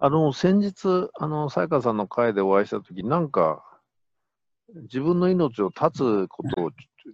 先日、さやかさんの会でお会いしたとき、なんか、自分の命を絶つことを、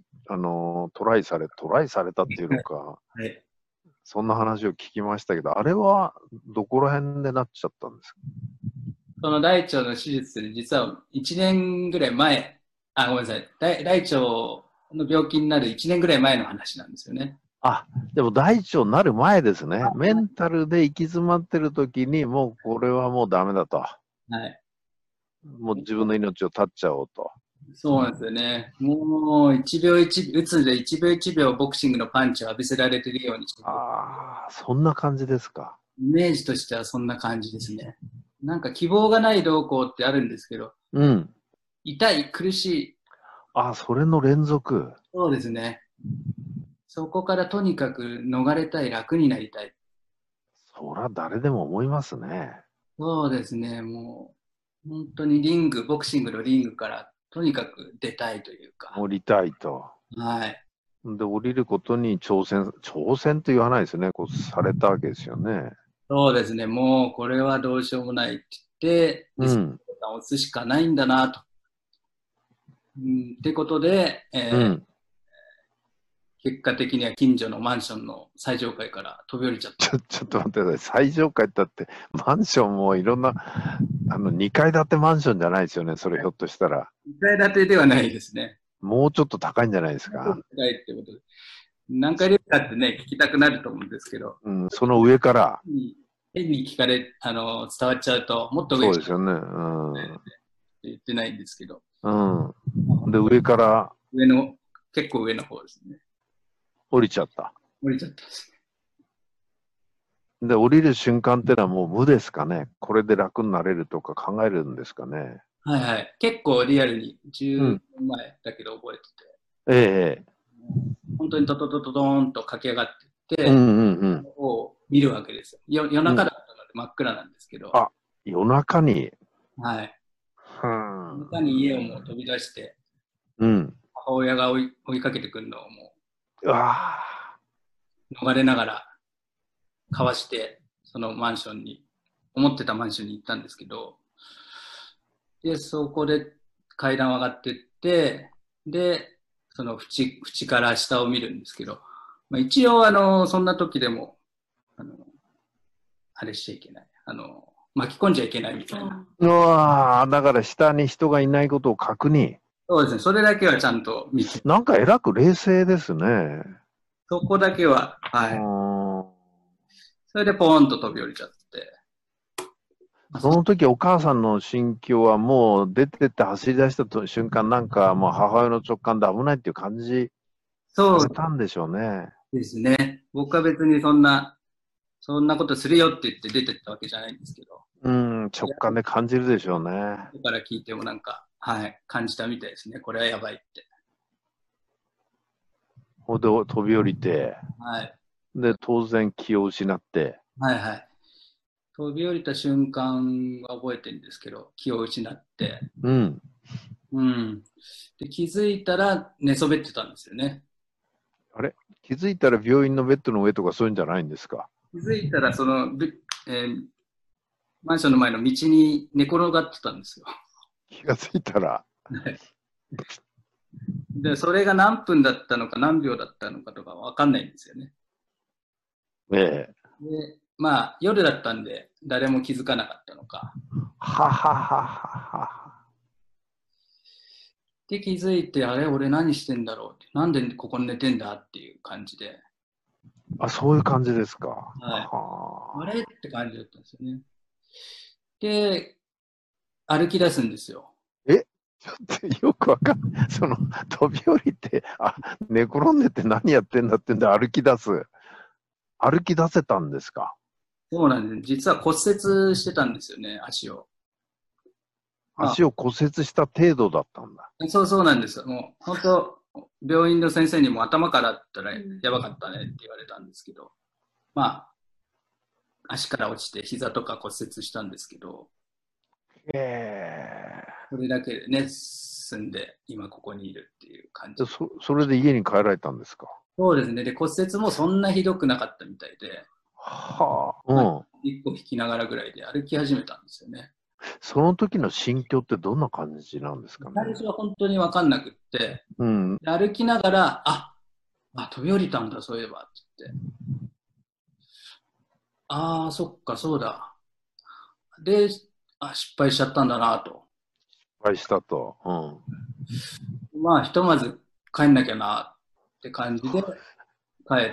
トライされたっていうのか、 はい。 そんな話を聞きましたけど、あれはどこら辺でなっちゃったんですか？ その大腸の手術で実は1年ぐらい前、ごめんなさい。大腸の病気になる1年ぐらい前の話なんですよね。 あ、でも大腸になる前ですね。メンタルで行き詰まってるときに、もうこれはもうダメだと。 はい。 もう自分の命を絶っちゃおうと。 そうなんですよね。もう1秒1、打つんで1秒1秒ボクシングのパンチを浴びせられてるようにちょっと、 ああ、そんな感じですか。 イメージとしてはそんな感じですね。なんか希望がない動向ってあるんですけど、 うん。 痛い、苦しい、 あ、それの連続。 そうですね。そこからとにかく逃れたい、楽になりたい。 そら誰でも思いますね。 そうですね、もう、本当にボクシングのリングからとにかく出たいというか、 降りたいと。 はい。 で、降りることに挑戦と言わないですね。こう、されたわけですよね。 そうですね、もうこれはどうしようもないって言って、リスクうん、 ボタンを押すしかないんだなと。ってことで、 うん。 結果的には近所のマンションの最上階から飛び降りちゃった。 ちょっと待ってください。最上階ってだって、マンションもいろんな、2階建てマンションじゃないですよね。それひょっとしたら。 2階建てではないですね。 もうちょっと高いんじゃないですか。 高いってことで。何回出るかってね、聞きたくなると思うんですけど、 うん、その上から。 変に聞かれ、伝わっちゃうと、もっと上しかそうですよね。うん。 言ってないんですけど、 うん。で、上から上の、結構上の方ですね。 降りちゃった。 降りちゃったですで、降りる瞬間ってのはもう無ですかね。これで楽になれるとか考えるんですかね。 ね。はいはい。結構リアルに10 うん。 年前だけど覚えてて、 ええ。 本当にトトトトドーンと駆け上がっていって、 うんうんうん。 を見るわけですよ。夜うん。 中だったので真っ暗なんですけど、 あ、夜中に。 はい。 うん。 夜中に家をもう飛び出して、 うん。 母親が追いかけてくるのをもうわう逃れながらかわして、そのマンションに、思ってたマンションに行ったんですけど、で、そこで階段を上がっていって、で、その縁から下を見るんですけど、まあ、一応そんな時でも、あの、あれしちゃいけない。巻き込んじゃいけないみたいな。 ー。うわー、だから下に人がいないことを確認。 そうですね。それだけはちゃんと見て。 なんかえらく冷静ですね。 そこだけは、はうい。 ーん。 それでポーンと飛び降りちゃって。まあ、 その時お母さんの心境はもう出てって走り出した瞬間なんかもう母親の直感で危ないっていう感じさそうれたんでしょうね。 ですね。僕は別にそんなことするよって言って出てったわけじゃないんですけど、 うん、直感で感じるでしょうね。 後から聞いてもなんか、はい、感じたみたいですね。これはやばいって。 ほんで飛び降りて、 はい。 で、当然気を失って、 はいはい。飛び降りた瞬間は覚えてるんですけど、気を失って、 うん。 うん。で、気づいたら寝そべってたんですよね。 あれ気づいたら病院のベッドの上とかそういうんじゃないんですか？ 気づいたら、マンションの前の道に寝転がってたんですよ。 気がついたら、 で、それが何分だったのか何秒だったのかとかわかんないんですよね。 ええ。 で、まあ、夜だったんで、誰も気づかなかったのか。 ははははで、気づいて、あれ、俺何してんだろうって、なんでここに寝てんだっていう感じで、 は。あ、そういう感じですか。 はい。あはれって感じだったんですよね。で、歩き出すんですよ。 あ。え、ちょっとよくわかんない。飛び降りて、あ、寝転んでて何やってんだってんで歩き出す。歩き出せたんですか？ そうなんです。実は骨折してたんですよね、足を。ま足を骨折した程度だったんだ。 あ、そうなんですよ。もう、本当、病院の先生にも頭からだったらやばかったねって言われたんですけど、まあ、足から落ちて膝とか骨折したんですけど、 えそれだけでね、済んで、今ここにいるっていう感じで。 それで家に帰られたんですか？ そうですね。で、骨折もそんなひどくなかったみたいで、 はあ、 まあ、 うん。 一個引きながらぐらいで歩き始めたんですよね。 その時の心境ってどんな感じなんですかね。 最初は本当に分かんなくって、 うん。 で歩きながら、飛び降りたんだ、そういえばって言って。ああ、そっか、そうだ。で、失敗しちゃったんだなと。 失敗したと。 まあ、ひとまず帰んなきゃなって感じで帰って。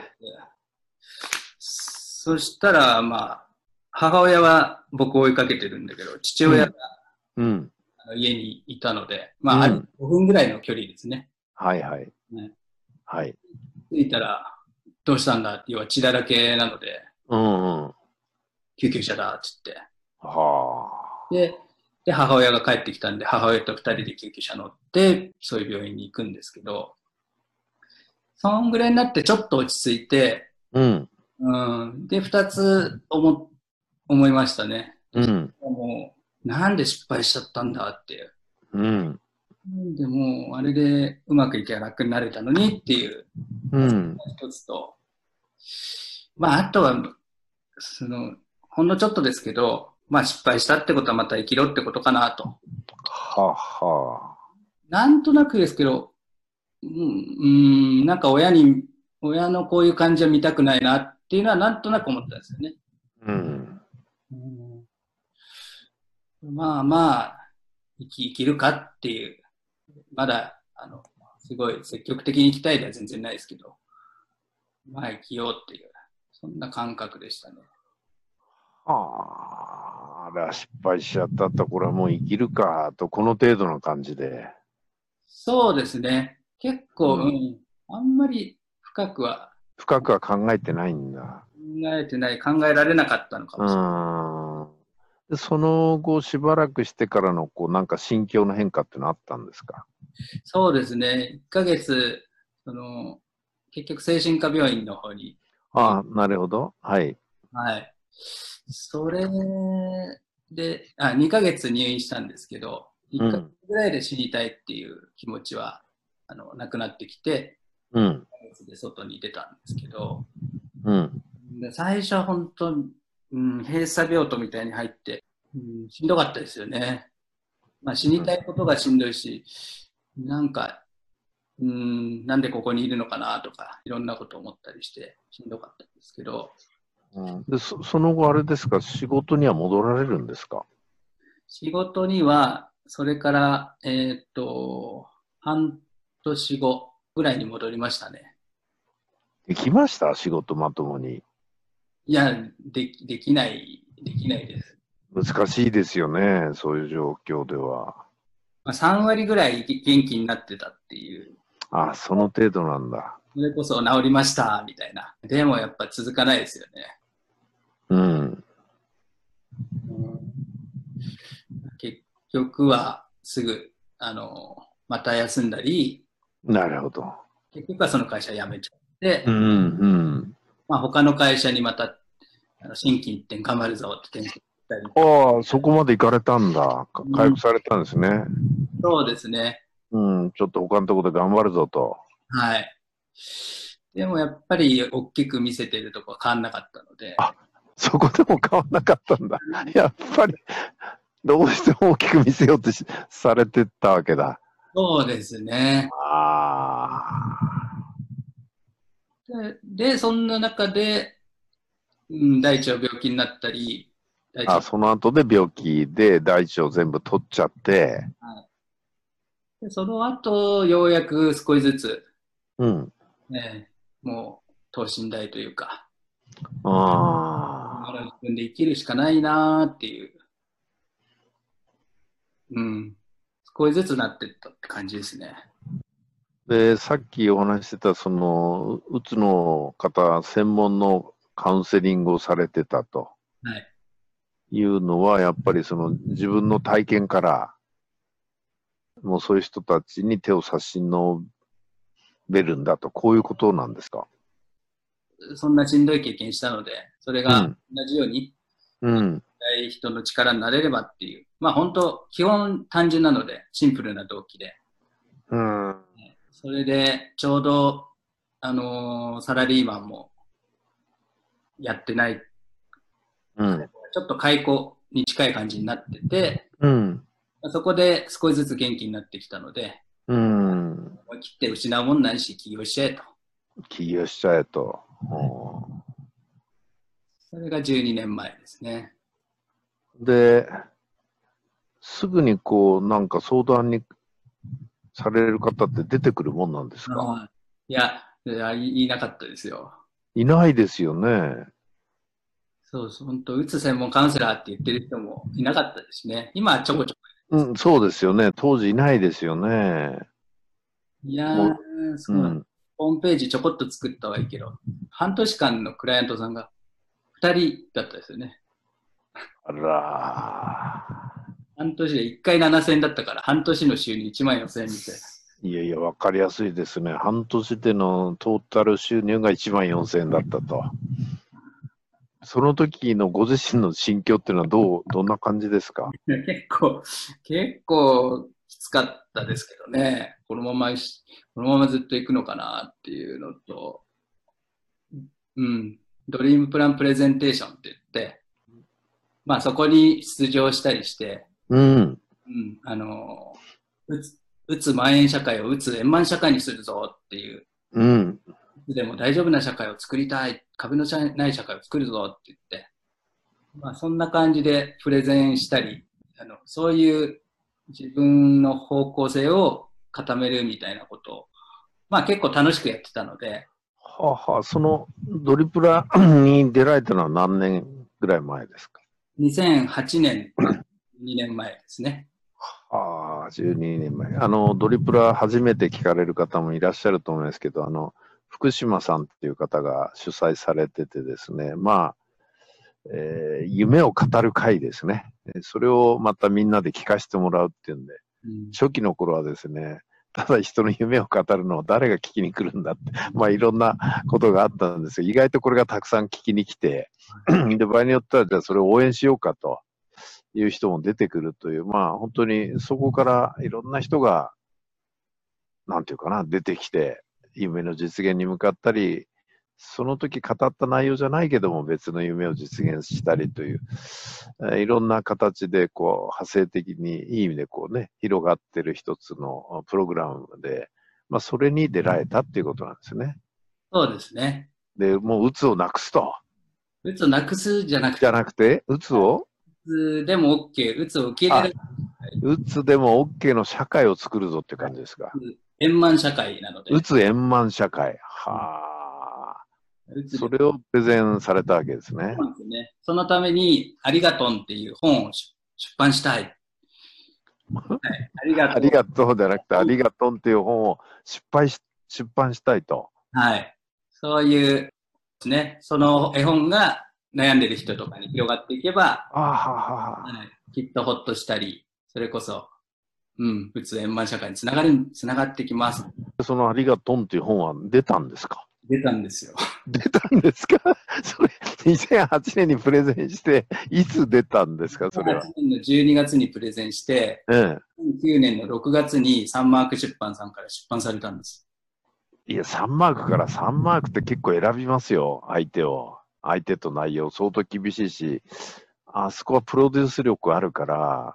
そしたら、まあ、母親は僕を追いかけてるんだけど、父親がうん。うん。 家にいたので、まあ、あれ5分ぐらいの距離ですね。 はいはい。 ね、 はい。 着いたら、どうしたんだって、要は血だらけなので、 うんうん。 救急車だって言って。 はで、母親が帰ってきたんで、母親と二人で救急車乗って、そういう病院に行くんですけど、そんぐらいになってちょっと落ち着いて、 あ。うん。 で、二つ思いましたね。 うん。 もう、なんで失敗しちゃったんだっていう。 うん。 でも、あれでうまくいけば楽になれたのにっていう、 うん。 一つと、まあ、あとは、ほんのちょっとですけど、まあ失敗したってことはまた生きろってことかなと。 はは。 なんとなくですけど、なんか親のこういう感じは見たくないなっていうのはなんとなく思ったんですよね。 うん。 まあまあ、生きるかっていう、まだ、すごい積極的に生きたいでは全然ないですけど、まあ生きようっていう、そんな感覚でしたね。 あれは失敗しちゃったと、これはもう生きるかと、この程度の感じで。 そうですね。結構、 うん。 あんまり深くは考えてないんだ。 考えられなかったのかもしれない。 で、その後、しばらくしてからの、なんか心境の変化ってのあったんですか？ そうですね。1ヶ月、結局精神科病院の方に入っ、 なるほど。はい。 はい。それで、2ヶ月入院したんですけど、1ヶ月うん。 ぐらいで死にたいっていう気持ちは、なくなってきて、 うん。 1ヶ月で外に出たんですけど、 うん。 で最初は本当に、閉鎖病棟みたいに入って、しんどかったですよね。まあ、死にたいことがしんどいし、なんか、なんでここにいるのかなとか、いろんなことを思ったりして、しんどかったんですけど、 で、その後、あれですか、仕事には戻られるんですか？ 仕事には、それから、半年後ぐらいに戻りましたね。 できました仕事まともに。 いや、できないです。 難しいですよね、そういう状況では。 まあ、3割ぐらい元気になってたっていう、 その程度なんだ。 それこそ治りましたみたいな。でもやっぱ続かないですよね。 うん。 結局はすぐ、また休んだり、 なるほど。 結局はその会社辞めちゃって、 うん、うん。 まあ、他の会社にまた新規一転頑張るぞって転職したり。 そこまで行かれたんだ。回復されたんですね。 そうですね。 うん、ちょっと他のところで頑張るぞと。 はい。でもやっぱり大きく見せてるとこは変わんなかったので。 そこでも変わんなかったんだ。やっぱり、どうしても大きく見せようとされてたわけだ。 そうですね。 あで、そんな中で、大腸病気になったり、 その後で病気で大腸全部取っちゃって。 はい、でその後、ようやく少しずつ、 うん。 もう等身大というか、 あ自分で生きるしかないなっていう、少しずつなってったって感じですね。 で、さっきお話ししてた、うつの方専門のカウンセリングをされてたとはい。 いうのは、やっぱり自分の体験から、もうそういう人たちに手を差し伸べるんだと、こういうことなんですか？ そんなしんどい経験したので、それが同じように、 うん。 人の力になれればっていう、まあ本当、基本単純なので、シンプルな動機で。 うん。 それで、ちょうど、サラリーマンもやってないうん。 ちょっと解雇に近い感じになってて、 うん。 そこで少しずつ元気になってきたので、 うん。 思い切って失うもんないし、起業しちゃえと。 起業しちゃえと。 それが12年前ですね。 で、すぐにこう、なんか相談にされる方って出てくるもんなんですか？ いや、いなかったですよ。 いないですよね。 そうそう、本当、うつ専門カウンセラーって言ってる人もいなかったですね。今はちょこちょこ。 うん、そうですよね。当時いないですよね。 いやもー、 う、 そうなん、 うん。 ホームページちょこっと作ったはいいけど、半年間のクライアントさんが2人だったですよね。 あら半年で1回7000円だったから、半年の収入1万4000円みたいな。 ー。いやいや、わかりやすいですね。半年でのトータル収入が1万4000円だったと。その時のご自身の心境っていうのはどんな感じですか？ 結構きつかったですけどね。このままずっと行くのかなっていうのと、うん、ドリームプランプレゼンテーションって言って、まあそこに出場したりして、 うん。 うん、うつ蔓延社会をうつ円満社会にするぞっていう、 うん。 いつでも大丈夫な社会を作りたい、壁のない社会を作るぞって言って、まあそんな感じでプレゼンしたり、そういう自分の方向性を固めるみたいなことを、まあ結構楽しくやってたので、 はあはあ、そのドリプラに出られたのは何年ぐらい前ですか？ 2008年、2年前ですね。 ああ、12年前。ドリプラ初めて聞かれる方もいらっしゃると思いますけど、福島さんっていう方が主催されててですね、まあ、夢を語る会ですね。それをまたみんなで聞かせてもらうっていうんで、 うん、 初期の頃はですね、ただ人の夢を語るのを誰が聞きに来るんだって、まあいろんなことがあったんですが、意外とこれがたくさん聞きに来て、で、場合によっては、じゃあそれを応援しようかという人も出てくるという、まあ本当にそこからいろんな人が、なんていうかな、出てきて、夢の実現に向かったり、その時語った内容じゃないけども別の夢を実現したりという、いろんな形でこう派生的にいい意味でこうね、広がってる一つのプログラムで、まあそれに出られたっていうことなんですね。 そうですね。 で、もう鬱をなくすと。 うつをなくすじゃなくじゃて、 なくて、鬱をうつでも OK、うつを受け入れあ、 る、 鬱でも OK の社会を作るぞっていう感じですか。 円満社会なので、 鬱円満社会。はあ。 うつでそれをプレゼンされたわけですね。 そうなんですよね。そのために、ありがとんっていう本を出版したい。はい、ありがとう。 ありがとうじゃなくて、ありがとうっていう本を出版したいと。 はい。そういうですね、その絵本が悩んでる人とかに広がっていけば、 あははは。 はい、きっとほっとしたり、それこそ、うん、普通円満社会につながってきます。 そのありがとうっていう本は出たんですか？ 出たんですよ。 出たんですか？それ、2008年にプレゼンして、いつ出たんですかそれは。 2008年の12月にプレゼンして、 ええ。 2009年の6月にサンマーク出版さんから出版されたんです。 いや、3マークから3マークって結構選びますよ、相手を。相手と内容相当厳しいし、あそこはプロデュース力あるから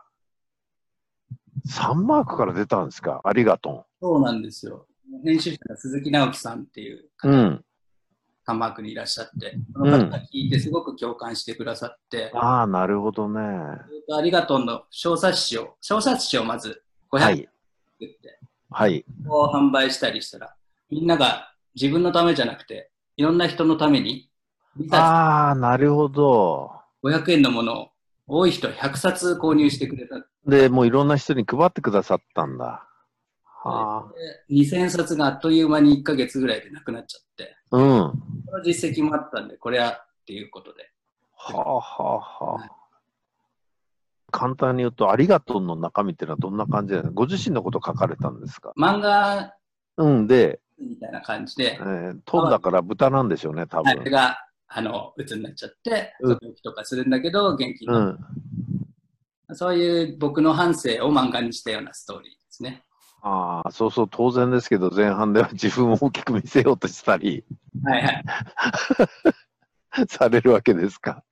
、3マークから出たんですか？ありがとそうなんですよ。編集者の鈴木直樹さんっていうう。う方がん。 サンマークにいらっしゃって、そのうん。 方が聞いてすごく共感してくださって、 ああ、なるほどね。 ありがとうの小冊子をまず500 はい。 作って、 はい。 を販売したりしたら、みんなが自分のためじゃなくて、いろんな人のために、2冊ああ、なるほど。 500円のものを多い人は100冊購入してくれた。 で、もういろんな人に配ってくださったんだ。はあ。 2000冊があっという間に1ヶ月ぐらいでなくなっちゃって、 うん。はその実績もあったんで、これはっていうことで。 あはあはあ。簡単に言うと、ありがとうの中身っていうのはどんな感じなの？ご自身のこと書かれたんですか？ 漫画うんで、 みたいな感じで、 トンだから豚なんでしょうね、多分。 それが、鬱になっちゃって、病気とかするんだけど、元気になる。 うん。 そういう僕の半生を漫画にしたようなストーリーですね。 ああ、そうそう、当然ですけど、前半では自分を大きく見せようとしたりはいはい。 されるわけですか。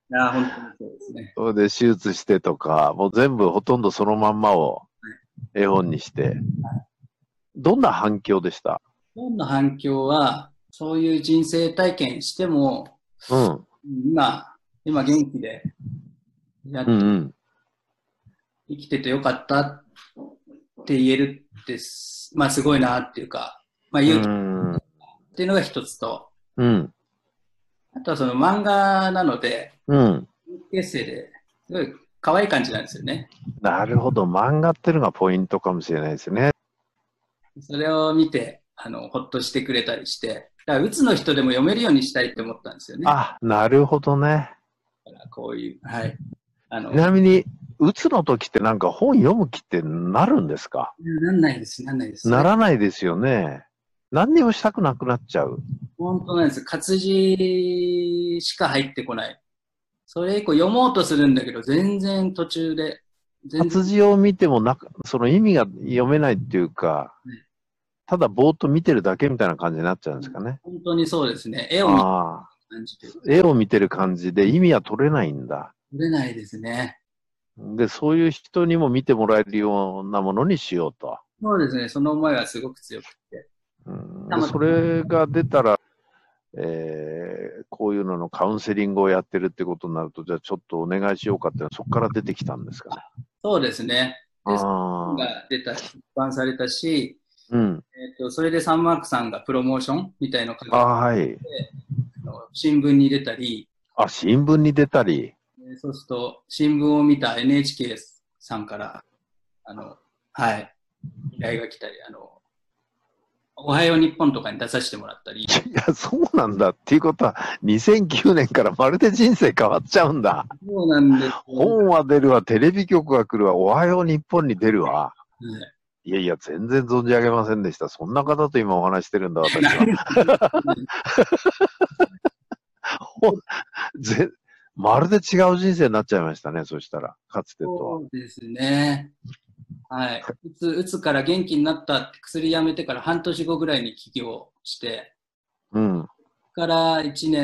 や、本当にそうですね。 それで手術してとか、もう全部ほとんどそのまんまを絵本にして、どんな反響でした？ 本の反響は、そういう人生体験しても、 うん。 今、今元気でやって、 うんうん。 生きててよかったって言えるってす、まあすごいなっていうか、まあう勇気っん。 ていうのが一つと、 うん。 あとはその漫画なので、 うん。 エッセイですごい可愛い感じなんですよね。 なるほど。漫画っていうのがポイントかもしれないですね。 それを見て、ほっとしてくれたりして、だから、うつの人でも読めるようにしたいって思ったんですよね。 あ、なるほどね。 だからこういう、はい。 ちなみに、うつの時ってなんか本読む気ってなるんですか？ なんないです、なんないです。そなれ、 らないですよね。何にもしたくなくなっちゃう。 本当なんです。活字しか入ってこない。それ以降読もうとするんだけど、全然途中で、全然、 活字を見てもその意味が読めないっていうか、 ね、 ただぼーっと見てるだけみたいな感じになっちゃうんですかね。 本当にそうですね。絵を見るああ、 感じで、 絵を見てる感じで意味は取れないんだ。 取れないですね。 で、そういう人にも見てもらえるようなものにしようと。 そうですね。その思いはすごく強くて。 で、それが出たら、こういうののカウンセリングをやってるってことになると、じゃあちょっとお願いしようかっていうのはそこから出てきたんですかね。 そうですね。で、本ああ、 が出た、出版されたし、 うん。 それでサンマークさんがプロモーションみたいのをかけて、 ああ、はい。 新聞に出たり、 あ、新聞に出たり。 そうすると、新聞を見た NHK さんから、あの、はい、依頼が来たり、おはよう日本とかに出させてもらったり、 いや、そうなんだっていうことは、2009年からまるで人生変わっちゃうんだ。 そうなんですよ。 本は出るわ、テレビ局が来るわ、おはよう日本に出るわ。 はい、 いやいや、全然存じ上げませんでした。そんな方と今お話してるんだ、私は。ほんぜまるで違う人生になっちゃいましたね、そしたら、かつてとは。 そうですね。はい。うつから元気になったって薬やめてから半年後ぐらいに起業して、 うん。 から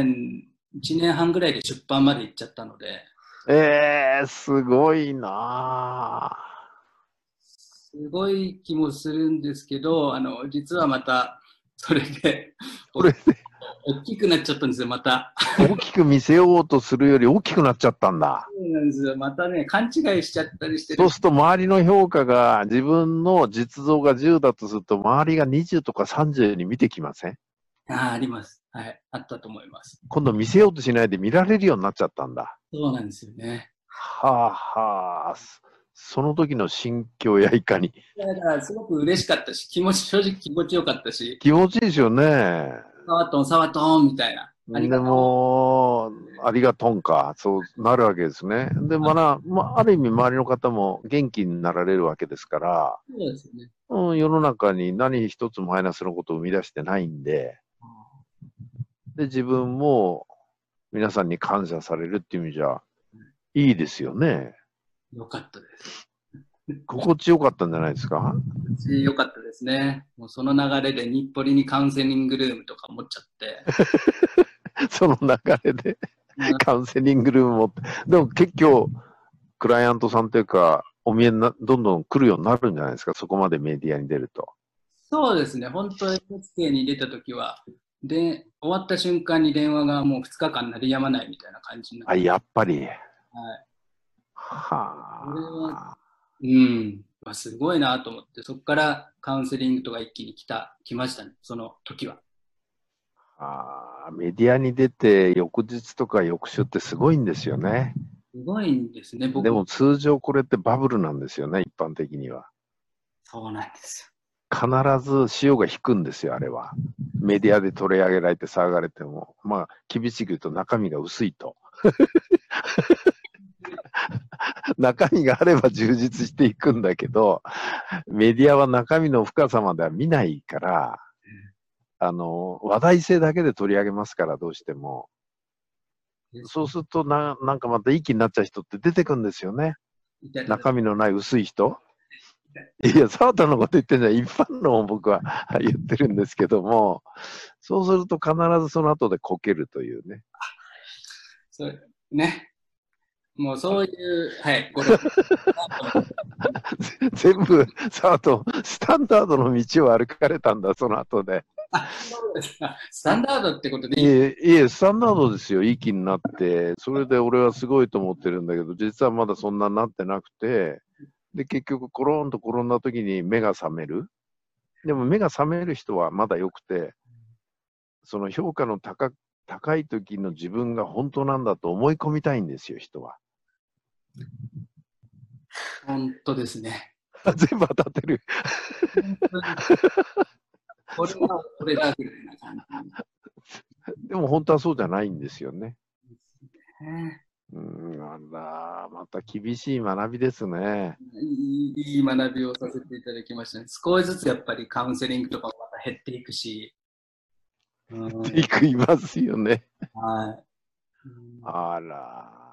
1年半ぐらいで出版まで行っちゃったので、 すごいなすごい気もするんですけど、実はまた、それで、 ぁ。これで大きくなっちゃったんですよ、また。 大きく見せようとするより大きくなっちゃったんだ。 そうなんですよ。またね、勘違いしちゃったりしてる。 そうすると周りの評価が自分の実像が10だとすると周りが20とか30に見てきません？ あります。はい。あったと思います。 今度見せようとしないで見られるようになっちゃったんだ。 そうなんですよね。 はあはあ。その時の心境やいかに。 だから、すごく嬉しかったし、正直気持ちよかったし、 気持ちいいですよね。 サワトンみたいな。ありでがとも、ありがとんか、そうなるわけですね。で、ある意味周りの方も元気になられるわけですから、 う。そうですよね。 世の中に何一つマイナスのことを生み出してないんで、で、自分も皆さんに感謝されるっていう意味じゃ、いいですよね。 よかったです。 心地よかったんじゃないですか？ よかったですね。もうその流れで日暮里にカウンセリングルームとか持っちゃって。 その流れでうん、 カウンセリングルーム持って。でも結構、クライアントさんというか、お見えにどんどん来るようになるんじゃないですか、そこまでメディアに出ると。 そうですね。本当に NHK に出たときは、で、終わった瞬間に電話がもう2日間鳴りやまないみたいな感じになっあ、 て。 やっぱり。 はい。これは、 はあ。 すごいなと思って、そこからカウンセリングとか一気に来ましたね。その時は。 メディアに出て翌日とか翌週ってすごいんですよね。 すごいんですね。僕もでも通常これってバブルなんですよね、一般的には。 そうなんです必ず潮が引くんですよ、あれは。メディアで取り上げられて騒がれても、まあ、厳しく言うと中身が薄いと。中身があれば充実していくんだけど、メディアは中身の深さまでは見ないから、話題性だけで取り上げますから、どうしても。 よ。 そうするとなんかまたいい気になっちゃう人って出てくるんですよね。 痛い痛い中身のない薄い人。いや、沢田のこと言ってんじゃない、一般論を僕は言ってるんですけども、そうすると必ずその後でこけるというね。 それね。 もうそういう、はい、これ、 全部、あと、スタンダードの道を歩かれたんだ、その後で。 そうですか。スタンダードってことでいい？ スタンダードですよ、いい気になって、それで俺はすごいと思ってるんだけど、実はまだそんなになってなくて、で、結局、コロンと転んだ時に目が覚める。でも、目が覚める人はまだ良くて、その評価の高い時の自分が本当なんだと思い込みたいんですよ、人は。 本当ですね。 全部当たってる。 本当にこれはこれだぐらいな感でも本当はそうじゃないんですよね。 じですね。 なんだ、また厳しい学びですね。 いい学びをさせていただきましたね。少しずつやっぱりカウンセリングとかもまた減っていくし。 っていますよね。 はい。 あら。